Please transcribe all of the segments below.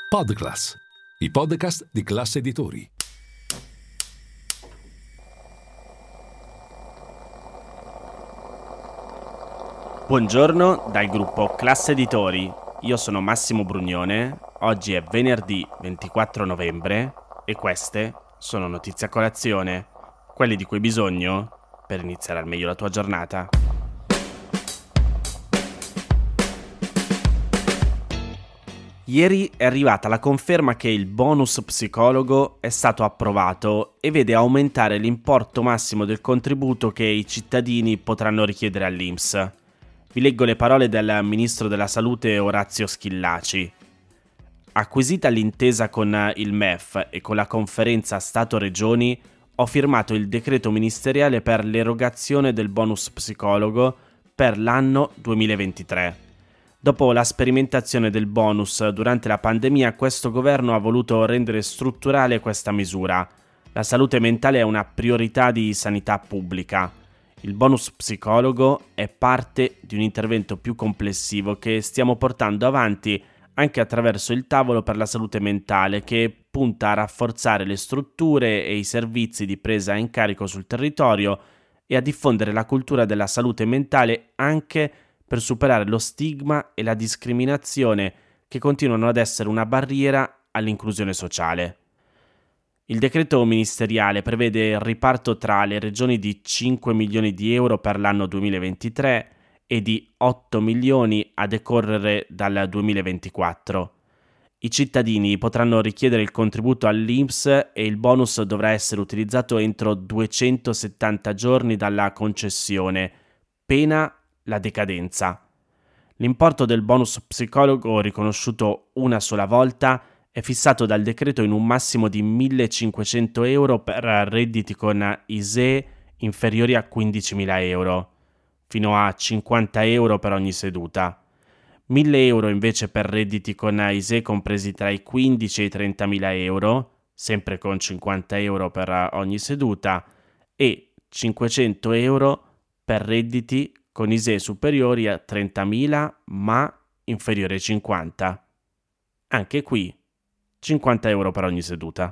Podclass, i podcast di Classe Editori. Buongiorno dal gruppo Classe Editori, io sono Massimo Brugnone, oggi è venerdì 24 novembre e queste sono notizie a colazione, quelle di cui hai bisogno per iniziare al meglio la tua giornata. Ieri è arrivata la conferma che il bonus psicologo è stato approvato e vede aumentare l'importo massimo del contributo che i cittadini potranno richiedere all'INPS. Vi leggo le parole del ministro della Salute Orazio Schillaci. Acquisita l'intesa con il MEF e con la conferenza Stato-Regioni, ho firmato il decreto ministeriale per l'erogazione del bonus psicologo per l'anno 2023. Dopo la sperimentazione del bonus durante la pandemia, questo governo ha voluto rendere strutturale questa misura. La salute mentale è una priorità di sanità pubblica. Il bonus psicologo è parte di un intervento più complessivo che stiamo portando avanti anche attraverso il tavolo per la salute mentale, che punta a rafforzare le strutture e i servizi di presa in carico sul territorio e a diffondere la cultura della salute mentale anche per superare lo stigma e la discriminazione che continuano ad essere una barriera all'inclusione sociale. Il decreto ministeriale prevede il riparto tra le regioni di 5 milioni di euro per l'anno 2023 e di 8 milioni a decorrere dal 2024. I cittadini potranno richiedere il contributo all'INPS e il bonus dovrà essere utilizzato entro 270 giorni dalla concessione, pena la decadenza. L'importo del bonus psicologo riconosciuto una sola volta è fissato dal decreto in un massimo di 1.500 euro per redditi con ISEE inferiori a 15.000 euro, fino a 50 euro per ogni seduta. 1.000 euro invece per redditi con ISEE compresi tra i 15 e i 30.000 euro, sempre con 50 euro per ogni seduta, e 500 euro per redditi con ISEE superiori a 30.000 ma inferiori ai 50. Anche qui 50 euro per ogni seduta.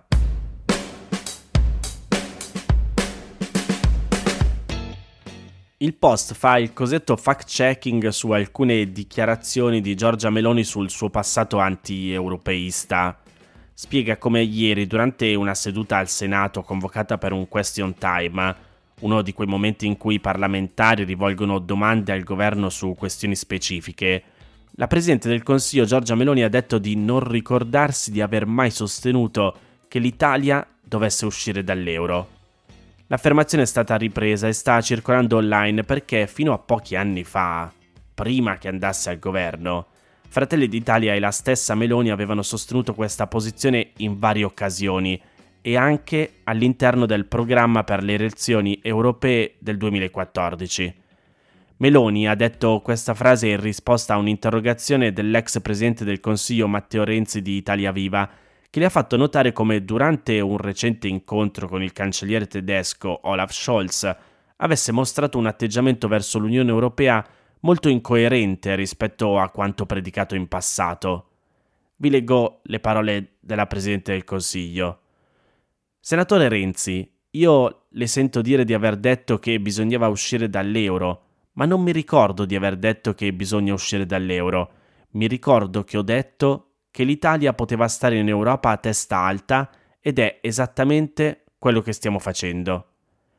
Il Post fa il cosiddetto fact-checking su alcune dichiarazioni di Giorgia Meloni sul suo passato anti-europeista. Spiega come ieri, durante una seduta al Senato convocata per un question time, uno di quei momenti in cui i parlamentari rivolgono domande al governo su questioni specifiche, la Presidente del Consiglio Giorgia Meloni ha detto di non ricordarsi di aver mai sostenuto che l'Italia dovesse uscire dall'euro. L'affermazione è stata ripresa e sta circolando online perché fino a pochi anni fa, prima che andasse al governo, Fratelli d'Italia e la stessa Meloni avevano sostenuto questa posizione in varie occasioni e anche all'interno del programma per le elezioni europee del 2014. Meloni ha detto questa frase in risposta a un'interrogazione dell'ex presidente del Consiglio Matteo Renzi di Italia Viva, che le ha fatto notare come durante un recente incontro con il cancelliere tedesco Olaf Scholz avesse mostrato un atteggiamento verso l'Unione Europea molto incoerente rispetto a quanto predicato in passato. Vi leggo le parole della Presidente del Consiglio. Senatore Renzi, io le sento dire di aver detto che bisognava uscire dall'euro, ma non mi ricordo di aver detto che bisogna uscire dall'euro. Mi ricordo che ho detto che l'Italia poteva stare in Europa a testa alta ed è esattamente quello che stiamo facendo.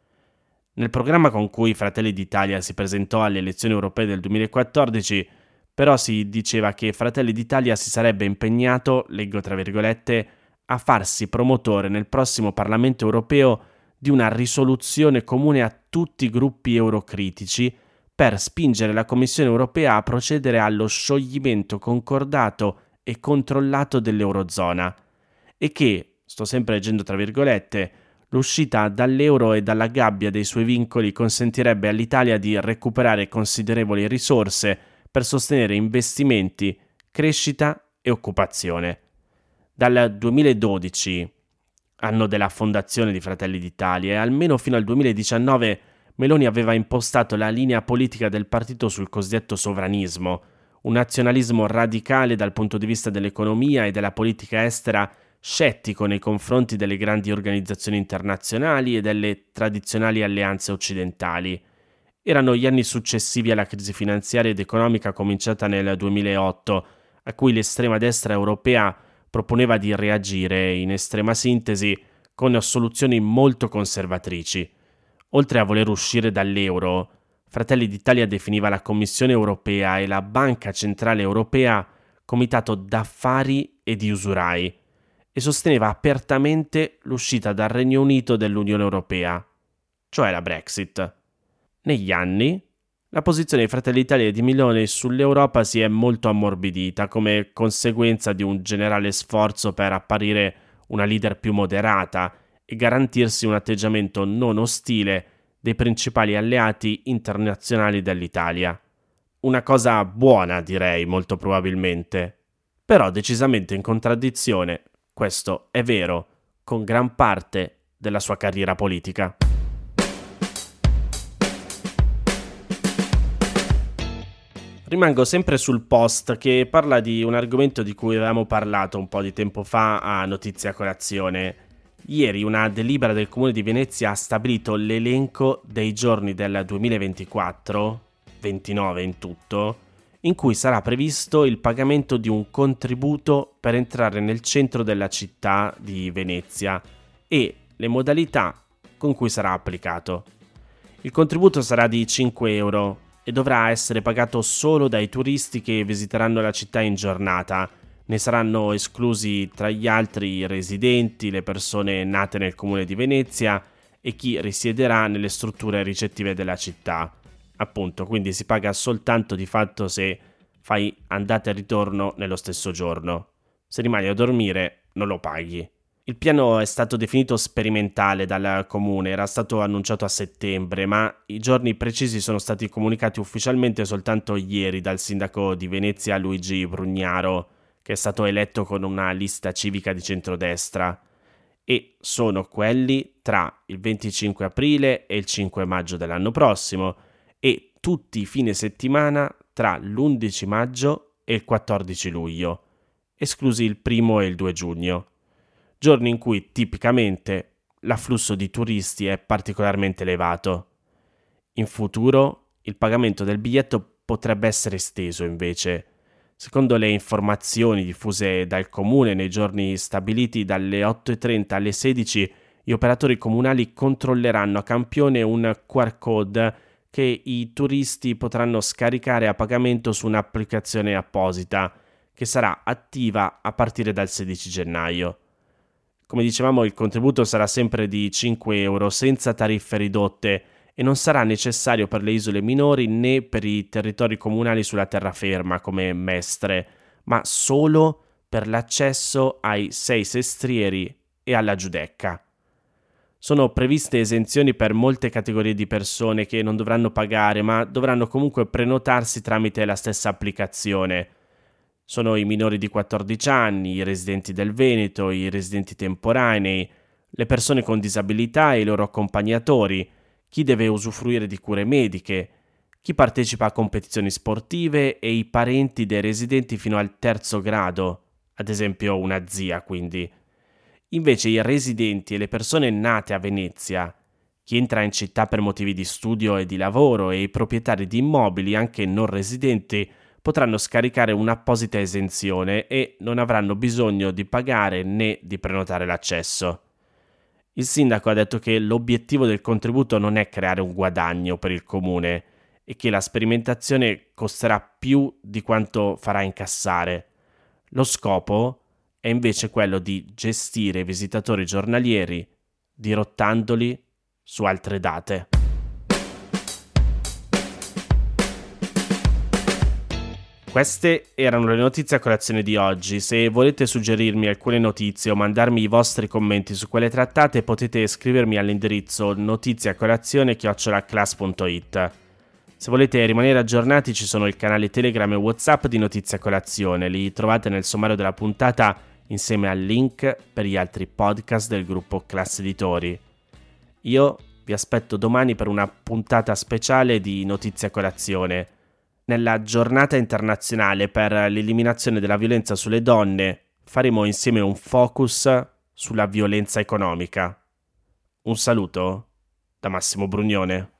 Nel programma con cui Fratelli d'Italia si presentò alle elezioni europee del 2014, però si diceva che Fratelli d'Italia si sarebbe impegnato, leggo tra virgolette, a farsi promotore nel prossimo Parlamento europeo di una risoluzione comune a tutti i gruppi eurocritici per spingere la Commissione europea a procedere allo scioglimento concordato e controllato dell'Eurozona e che, sto sempre leggendo tra virgolette, l'uscita dall'euro e dalla gabbia dei suoi vincoli consentirebbe all'Italia di recuperare considerevoli risorse per sostenere investimenti, crescita e occupazione. Dal 2012, anno della fondazione di Fratelli d'Italia, e almeno fino al 2019 Meloni aveva impostato la linea politica del partito sul cosiddetto sovranismo, un nazionalismo radicale dal punto di vista dell'economia e della politica estera, scettico nei confronti delle grandi organizzazioni internazionali e delle tradizionali alleanze occidentali. Erano gli anni successivi alla crisi finanziaria ed economica cominciata nel 2008, a cui l'estrema destra europea proponeva di reagire, in estrema sintesi, con soluzioni molto conservatrici. Oltre a voler uscire dall'euro, Fratelli d'Italia definiva la Commissione europea e la Banca Centrale Europea comitato d'affari e di usurai e sosteneva apertamente l'uscita dal Regno Unito dall'Unione Europea, cioè la Brexit. Negli anni, la posizione di Fratelli d'Italia e di Meloni sull'Europa si è molto ammorbidita come conseguenza di un generale sforzo per apparire una leader più moderata e garantirsi un atteggiamento non ostile dei principali alleati internazionali dell'Italia. Una cosa buona, direi, molto probabilmente, però decisamente in contraddizione, questo è vero, con gran parte della sua carriera politica. Rimango sempre sul post che parla di un argomento di cui avevamo parlato un po' di tempo fa a Notizia Colazione. Ieri una delibera del Comune di Venezia ha stabilito l'elenco dei giorni del 2024, 29 in tutto, in cui sarà previsto il pagamento di un contributo per entrare nel centro della città di Venezia e le modalità con cui sarà applicato. Il contributo sarà di 5 euro e dovrà essere pagato solo dai turisti che visiteranno la città in giornata. Ne saranno esclusi tra gli altri i residenti, le persone nate nel comune di Venezia e chi risiederà nelle strutture ricettive della città. Appunto, quindi si paga soltanto di fatto se fai andata e ritorno nello stesso giorno. Se rimani a dormire non lo paghi. Il piano è stato definito sperimentale dal comune, era stato annunciato a settembre, ma i giorni precisi sono stati comunicati ufficialmente soltanto ieri dal sindaco di Venezia Luigi Brugnaro, che è stato eletto con una lista civica di centrodestra, e sono quelli tra il 25 aprile e il 5 maggio dell'anno prossimo e tutti i fine settimana tra l'11 maggio e il 14 luglio, esclusi il 1 e il 2 giugno. Giorni in cui tipicamente l'afflusso di turisti è particolarmente elevato. In futuro il pagamento del biglietto potrebbe essere esteso invece. Secondo le informazioni diffuse dal comune nei giorni stabiliti dalle 8:30 alle 16, gli operatori comunali controlleranno a campione un QR code che i turisti potranno scaricare a pagamento su un'applicazione apposita che sarà attiva a partire dal 16 gennaio. Come dicevamo, il contributo sarà sempre di 5 euro senza tariffe ridotte e non sarà necessario per le isole minori né per i territori comunali sulla terraferma come Mestre, ma solo per l'accesso ai 6 sestrieri e alla Giudecca. Sono previste esenzioni per molte categorie di persone che non dovranno pagare, ma dovranno comunque prenotarsi tramite la stessa applicazione. Sono i minori di 14 anni, i residenti del Veneto, i residenti temporanei, le persone con disabilità e i loro accompagnatori, chi deve usufruire di cure mediche, chi partecipa a competizioni sportive e i parenti dei residenti fino al 3° grado, ad esempio una zia quindi. Invece i residenti e le persone nate a Venezia, chi entra in città per motivi di studio e di lavoro e i proprietari di immobili anche non residenti potranno scaricare un'apposita esenzione e non avranno bisogno di pagare né di prenotare l'accesso. Il sindaco ha detto che l'obiettivo del contributo non è creare un guadagno per il comune e che la sperimentazione costerà più di quanto farà incassare. Lo scopo è invece quello di gestire i visitatori giornalieri dirottandoli su altre date. Queste erano le notizie a colazione di oggi. Se volete suggerirmi alcune notizie o mandarmi i vostri commenti su quelle trattate, potete scrivermi all'indirizzo notiziacolazione@class.it. Se volete rimanere aggiornati, ci sono il canale Telegram e WhatsApp di Notizia Colazione. Li trovate nel sommario della puntata insieme al link per gli altri podcast del gruppo Class Editori. Io vi aspetto domani per una puntata speciale di Notizia Colazione. Nella giornata internazionale per l'eliminazione della violenza sulle donne faremo insieme un focus sulla violenza economica. Un saluto da Massimo Brugnone.